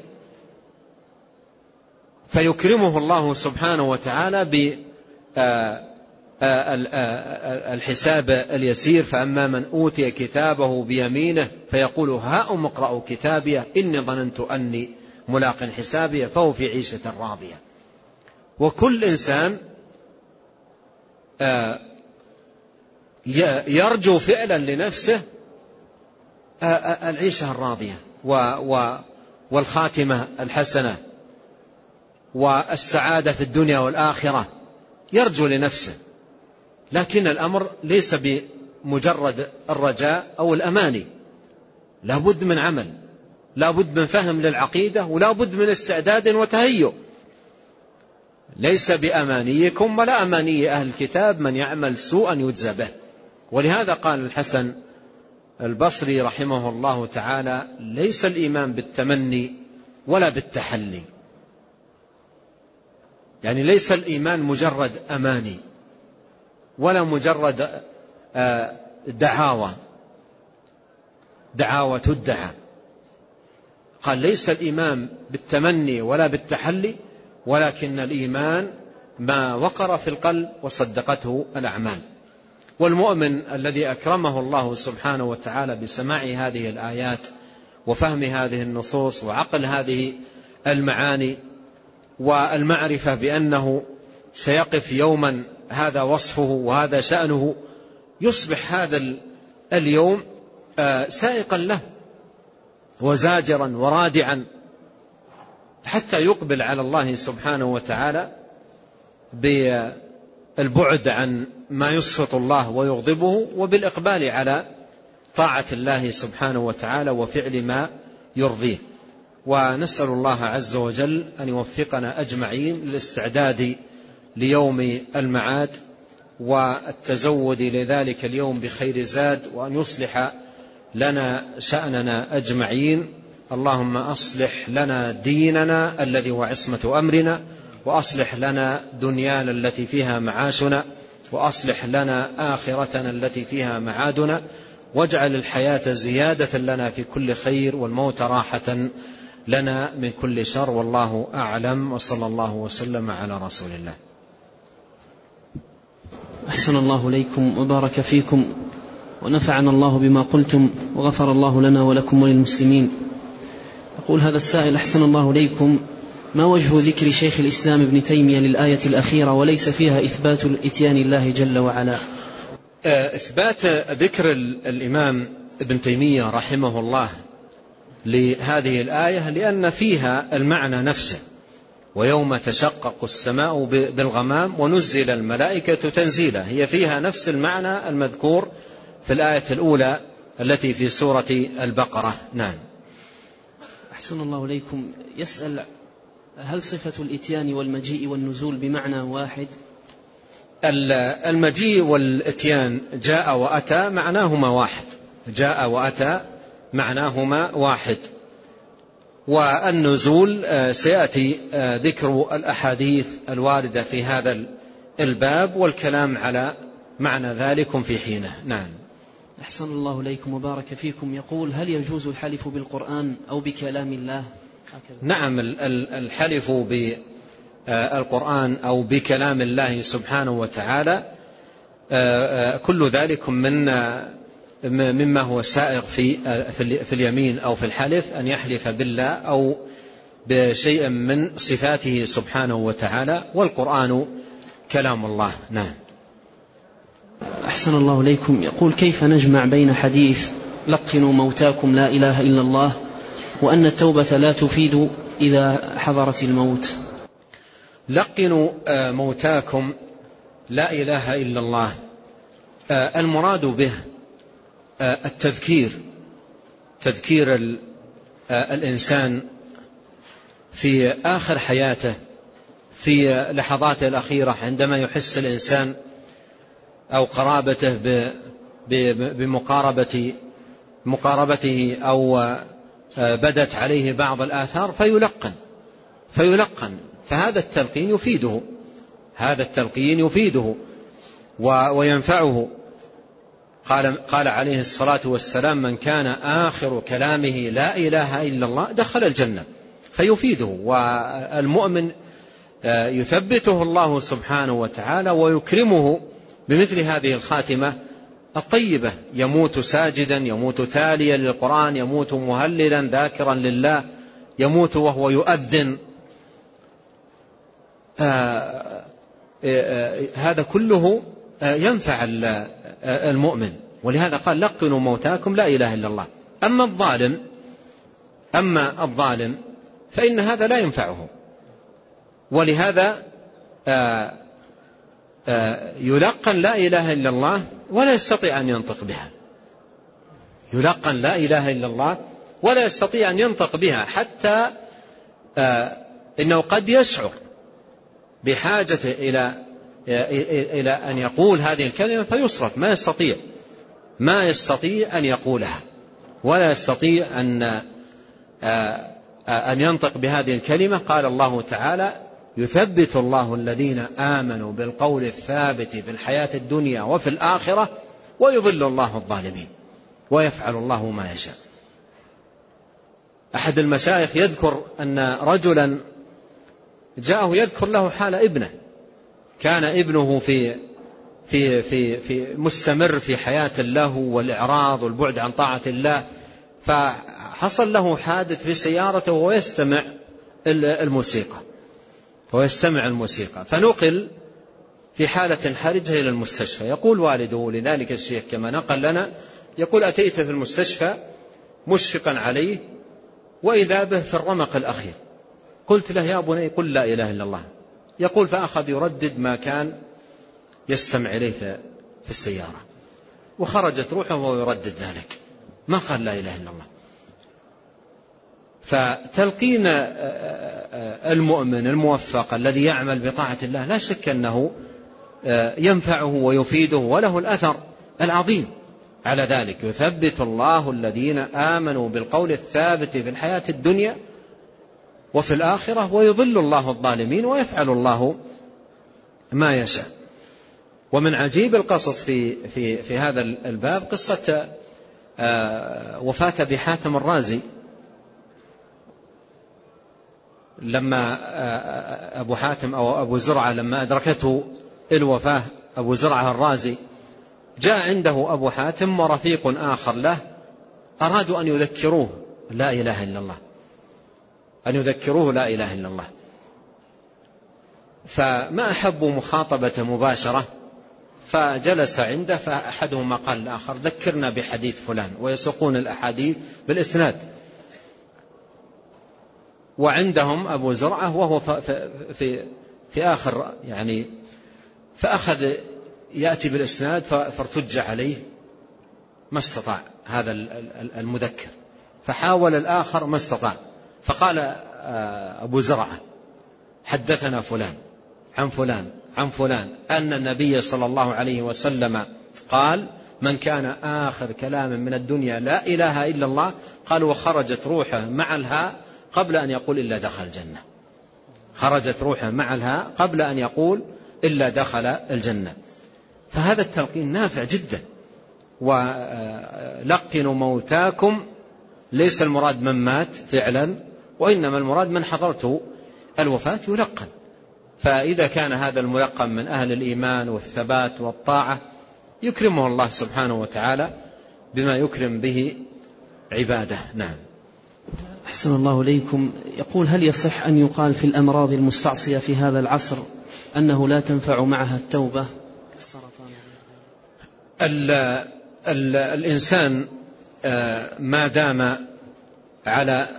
فيكرمه الله سبحانه وتعالى بالحساب اليسير. فأما من أوتي كتابه بيمينه فيقول هاؤم اقرءوا كتابيه إني ظننت أني ملاق حسابيه فهو في عيشة راضية. وكل إنسان يرجو فعلا لنفسه العيشة الراضية والخاتمة الحسنة والسعادة في الدنيا والآخرة، يرجو لنفسه. لكن الأمر ليس بمجرد الرجاء أو الأماني، لا بد من عمل، لا بد من فهم للعقيدة، ولا بد من استعداد وتهيؤ. ليس بأمانيكم ولا أماني أهل الكتاب من يعمل سوءا يجزى به. ولهذا قال الحسن البصري رحمه الله تعالى ليس الإيمان بالتمني ولا بالتحلي، يعني ليس الإيمان مجرد أماني ولا مجرد دعاوى تدعى. قال ليس الإيمان بالتمني ولا بالتحلي، ولكن الإيمان ما وقر في القلب وصدقته الأعمال. والمؤمن الذي أكرمه الله سبحانه وتعالى بسماع هذه الآيات وفهم هذه النصوص وعقل هذه المعاني والمعرفة بأنه سيقف يوما هذا وصفه وهذا شأنه، يصبح هذا اليوم سائقا له وزاجرا ورادعا حتى يقبل على الله سبحانه وتعالى بالبعد عن ما يسخط الله ويغضبه، وبالإقبال على طاعة الله سبحانه وتعالى وفعل ما يرضيه. ونسأل الله عز وجل أن يوفقنا أجمعين للاستعداد ليوم المعاد والتزود لذلك اليوم بخير زاد، وأن يصلح لنا شأننا أجمعين. اللهم أصلح لنا ديننا الذي هو عصمة أمرنا، وأصلح لنا دنيانا التي فيها معاشنا، وأصلح لنا آخرتنا التي فيها معادنا، واجعل الحياة زيادة لنا في كل خير والموت راحة لنا من كل شر. والله أعلم، وصلى الله وسلم على رسول الله. أحسن الله إليكم وبارك فيكم ونفعنا الله بما قلتم وغفر الله لنا ولكم وللمسلمين. يقول هذا السائل أحسن الله إليكم، ما وجه ذكر شيخ الإسلام ابن تيمية للآية الأخيرة وليس فيها إثبات الإتيان الله جل وعلا؟ إثبات ذكر الإمام ابن تيمية رحمه الله لهذه الآية لأن فيها المعنى نفسه، ويوم تشقق السماء بالغمام ونزل الملائكة تنزيلا، هي فيها نفس المعنى المذكور في الآية الأولى التي في سورة البقرة. نعم. أحسن الله إليكم. يسأل: هل صفة الإتيان والمجيء والنزول بمعنى واحد؟ المجيء والإتيان جاء وأتى معناهما واحد، جاء وأتى معناهما واحد. والنزول سيأتي ذكر الأحاديث الواردة في هذا الباب والكلام على معنى ذلك في حينه. نعم. أحسن الله إليكم وبارك فيكم. يقول: هل يجوز الحلف بالقرآن أو بكلام الله؟ نعم، الحلف بالقرآن أو بكلام الله سبحانه وتعالى كل ذلك مما هو سائغ في اليمين أو في الحلف، أن يحلف بالله أو بشيء من صفاته سبحانه وتعالى، والقرآن كلام الله. نعم. أحسن الله إليكم. يقول: كيف نجمع بين حديث لقنوا موتاكم لا إله إلا الله وأن التوبة لا تفيد إذا حضرت الموت؟ لقنوا موتاكم لا إله إلا الله، المراد به التذكير، تذكير الإنسان في آخر حياته، في لحظاته الأخيرة، عندما يحس الإنسان أو قرابته بمقاربته أو بدت عليه بعض الآثار فيلقن، فهذا التلقين يفيده، هذا التلقين يفيده وينفعه. قال عليه الصلاة والسلام: من كان آخر كلامه لا إله إلا الله دخل الجنة، فيفيده. والمؤمن يثبته الله سبحانه وتعالى ويكرمه بمثل هذه الخاتمة الطيبة، يموت ساجدا، يموت تاليا للقرآن، يموت مهللا ذاكرا لله، يموت وهو يؤذن. هذا كله ينفع المؤمن، ولهذا قال: لقنوا موتاكم لا إله إلا الله. أما الظالم فإن هذا لا ينفعه، ولهذا يلقن لا إله إلا الله ولا يستطيع أن ينطق بها، يلقن لا إله إلا الله ولا يستطيع أن ينطق بها، حتى إنه قد يشعر بحاجته إلى أن يقول هذه الكلمة فيصرف، ما يستطيع أن يقولها، ولا يستطيع أن ينطق بهذه الكلمة. قال الله تعالى: يثبت الله الذين آمنوا بالقول الثابت في الحياة الدنيا وفي الآخرة ويضل الله الظالمين ويفعل الله ما يشاء. أحد المشايخ يذكر أن رجلا جاءه يذكر له حال ابنه، كان ابنه في مستمر في حياة الله والإعراض والبعد عن طاعة الله، فحصل له حادث في سيارته وهو يستمع الموسيقى، فنقل في حالة حرجة إلى المستشفى. يقول والده لذلك الشيخ كما نقل لنا، يقول: أتيت في المستشفى مشفقا عليه وإذا به في الرمق الأخير، قلت له: يا بني قل لا إله إلا الله. يقول: فأخذ يردد ما كان يستمع إليه في السيارة، وخرجت روحه وهو يردد ذلك، ما قال لا إله إلا الله. فتلقين المؤمن الموفق الذي يعمل بطاعة الله لا شك أنه ينفعه ويفيده وله الأثر العظيم على ذلك. يثبت الله الذين آمنوا بالقول الثابت في الحياة الدنيا وفي الآخرة ويضل الله الظالمين ويفعل الله ما يشاء. ومن عجيب القصص في هذا الباب قصة وفاة أبي حاتم الرازي، لما أبو حاتم أو أبو زرعة لما أدركته الوفاة أبو زرعة الرازي، جاء عنده أبو حاتم ورفيق آخر له، أرادوا أن يذكروه لا إله إلا الله، أن يذكروه لا إله إلا الله، فما أحبوا مخاطبة مباشرة، فجلس عنده، فأحدهما قال الآخر: ذكرنا بحديث فلان، ويسوقون الأحاديث بالإسناد. وعندهم أبو زرعة وهو في آخر يعني، فأخذ يأتي بالإسناد فارتج عليه ما استطاع هذا المذكر، فحاول الآخر ما استطاع، فقال أبو زرعة حدثنا فلان عن فلان عن فلان أن النبي صلى الله عليه وسلم قال من كان آخر كلام من الدنيا لا إله إلا الله، قال وخرجت روحه مع الهاء قبل أن يقول إلا دخل الجنة. خرجت روحه مع الهاء قبل أن يقول إلا دخل الجنة. فهذا التلقين نافع جدا. ولقنوا موتاكم، ليس المراد من مات فعلا، وإنما المراد من حضرته الوفاة يلقن. فإذا كان هذا الملقن من أهل الإيمان والثبات والطاعة يكرمه الله سبحانه وتعالى بما يكرم به عباده. نعم. أحسن الله إليكم. يقول هل يصح أن يقال في الأمراض المستعصية في هذا العصر أنه لا تنفع معها التوبة كالسرطان؟ الإنسان ما دام على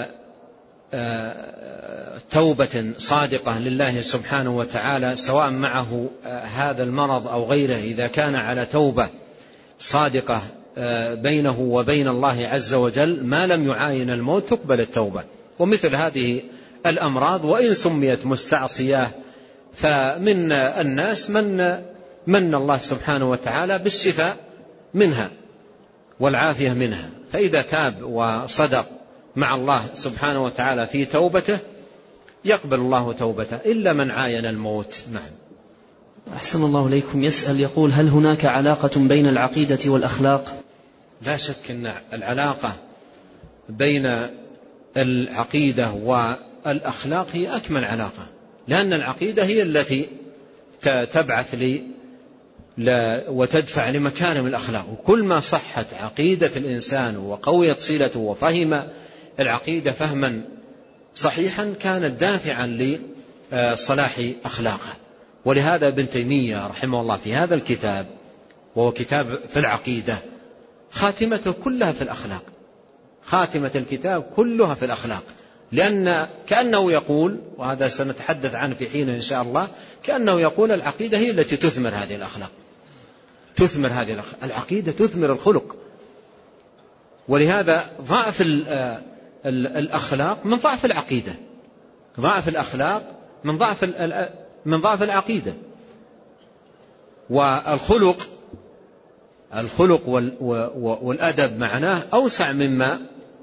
توبة صادقة لله سبحانه وتعالى، سواء معه هذا المرض أو غيره، إذا كان على توبة صادقة بينه وبين الله عز وجل ما لم يعاين الموت تقبل التوبة. ومثل هذه الأمراض وإن سميت مستعصية فمن الناس من الله سبحانه وتعالى بالشفاء منها والعافية منها، فإذا تاب وصدق مع الله سبحانه وتعالى في توبته يقبل الله توبته إلا من عاين الموت. نعم. أحسن الله إليكم. يسأل يقول هل هناك علاقة بين العقيدة والأخلاق؟ لا شك أن العلاقة بين العقيدة والأخلاق هي أكمل علاقة، لأن العقيدة هي التي تبعث وتدفع لمكارم الأخلاق. وكل ما صحت عقيدة الإنسان وقويت صلته وفهم العقيدة فهما صحيحا كانت دافعا لصلاح أخلاقه. ولهذا ابن تيمية رحمه الله في هذا الكتاب، وهو كتاب في العقيدة، خاتمته كلها في الأخلاق، خاتمة الكتاب كلها في الأخلاق، لأن كأنه يقول، وهذا سنتحدث عنه في حين إن شاء الله، كأنه يقول العقيدة هي التي تثمر هذه الأخلاق، تثمر هذه العقيدة تثمر الخلق. ولهذا ضعف الأخلاق من ضعف العقيدة، ضعف الأخلاق من ضعف العقيدة. والخلق والأدب معناه أوسع مما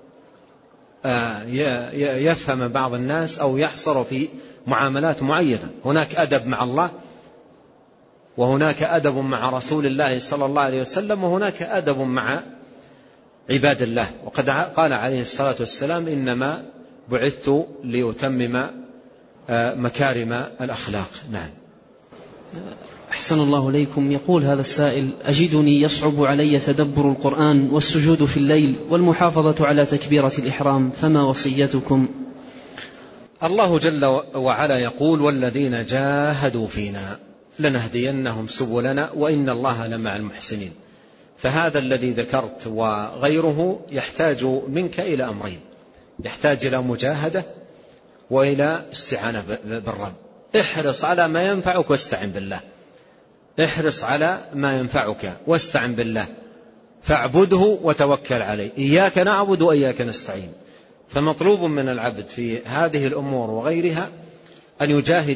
يفهم بعض الناس أو يحصر في معاملات معينة. هناك أدب مع الله، وهناك أدب مع رسول الله صلى الله عليه وسلم، وهناك أدب مع عباد الله. وقد قال عليه الصلاة والسلام إنما بعثت لأتمم مكارم الأخلاق. نعم. أحسن الله إليكم. يقول هذا السائل أجدني يصعب علي تدبر القرآن والسجود في الليل والمحافظة على تكبيرة الإحرام، فما وصيتكم؟ الله جل وعلا يقول والذين جاهدوا فينا لنهدينهم سبلنا وإن الله لمع المحسنين. فهذا الذي ذكرت وغيره يحتاج منك إلى أمرين، يحتاج إلى مجاهدة وإلى استعانة بالرب. احرص على ما ينفعك واستعن بالله، احرص على ما ينفعك واستعن بالله، فاعبده وتوكل عليه. إياك نعبد وإياك نستعين. فمطلوب من العبد في هذه الأمور وغيرها أن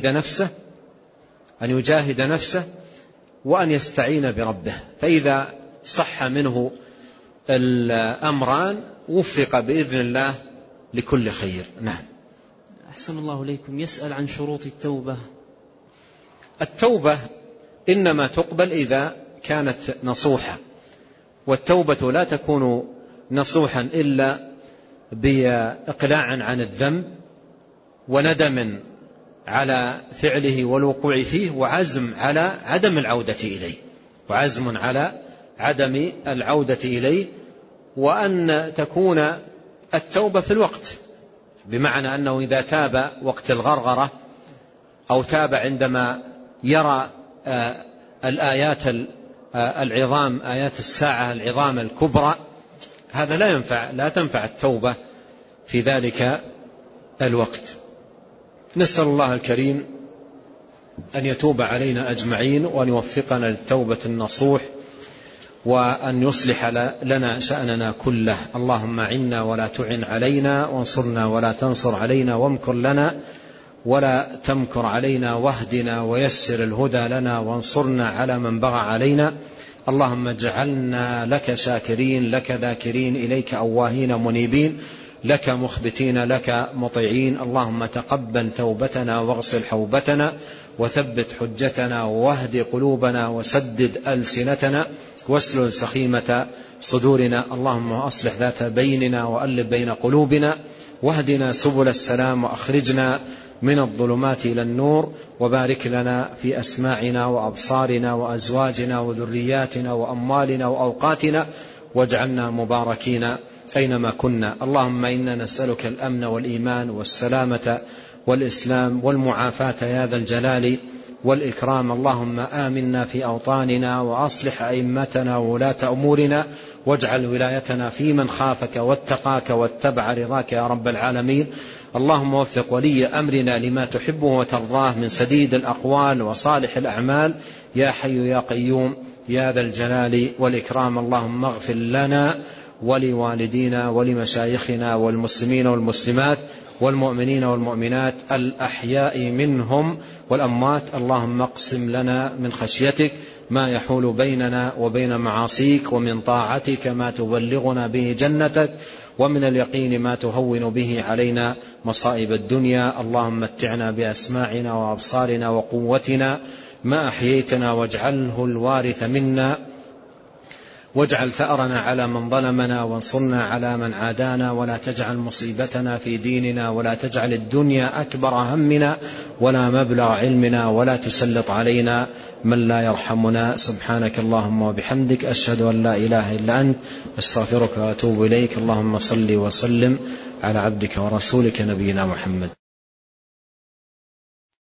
يجاهد نفسه وأن يستعين بربه، فإذا صح منه الأمران وفق بإذن الله لكل خير. نعم. أحسن الله إليكم. يسأل عن شروط التوبة. التوبة إنما تقبل إذا كانت نصوحة، والتوبة لا تكون نصوحا إلا بإقلاع عن الذنب وندم على فعله والوقوع فيه وعزم على عدم العودة إليه، وأن تكون التوبة في الوقت، بمعنى أنه إذا تاب وقت الغرغرة أو تاب عندما يرى الآيات العظام، آيات الساعة العظام الكبرى، هذا لا تنفع التوبة في ذلك الوقت. نسأل الله الكريم أن يتوب علينا أجمعين، وأن يوفقنا للتوبة النصوح، وأن يصلح لنا شأننا كله. اللهم عنا ولا تعن علينا، وانصرنا ولا تنصر علينا، وامكر لنا ولا تمكر علينا، واهدنا ويسر الهدى لنا، وانصرنا على من بغى علينا. اللهم اجعلنا لك شاكرين، لك ذاكرين، إليك أواهين منيبين، لك مخبتين، لك مطيعين. اللهم تقبل توبتنا، واغسل حوبتنا، وثبت حجتنا، واهد قلوبنا، وسدد ألسنتنا، واسلل سخيمة صدورنا. اللهم أصلح ذات بيننا، وألف بين قلوبنا، واهدنا سبل السلام، وأخرجنا من الظلمات إلى النور، وبارك لنا في أسماعنا وأبصارنا وأزواجنا وذرياتنا وأموالنا وأوقاتنا، واجعلنا مباركين أينما كنا. اللهم إنا نسألك الأمن والإيمان والسلامة والإسلام والمعافاة يا ذا الجلال والإكرام. اللهم آمنا في أوطاننا، وأصلح أئمتنا وولاة أمورنا، واجعل ولايتنا في من خافك واتقاك واتبع رضاك يا رب العالمين. اللهم وفق ولي أمرنا لما تحبه وترضاه من سديد الأقوال وصالح الأعمال يا حي يا قيوم يا ذا الجلال والإكرام. اللهم اغفر لنا ولوالدينا ولمشايخنا والمسلمين والمسلمات والمؤمنين والمؤمنات الأحياء منهم والأموات. اللهم اقسم لنا من خشيتك ما يحول بيننا وبين معاصيك، ومن طاعتك ما تبلغنا به جنتك، ومن اليقين ما تهون به علينا مصائب الدنيا. اللهم متعنا بأسماعنا وأبصارنا وقوتنا ما أحييتنا، واجعله الوارث منا، واجعل ثأرنا على من ظلمنا، وانصرنا على من عادانا، ولا تجعل مصيبتنا في ديننا، ولا تجعل الدنيا أكبر همنا ولا مبلغ علمنا، ولا تسلط علينا من لا يرحمنا. سبحانك اللهم وبحمدك، أشهد أن لا إله إلا أنت، أستغفرك وأتوب إليك. اللهم صل وسلم على عبدك ورسولك نبينا محمد.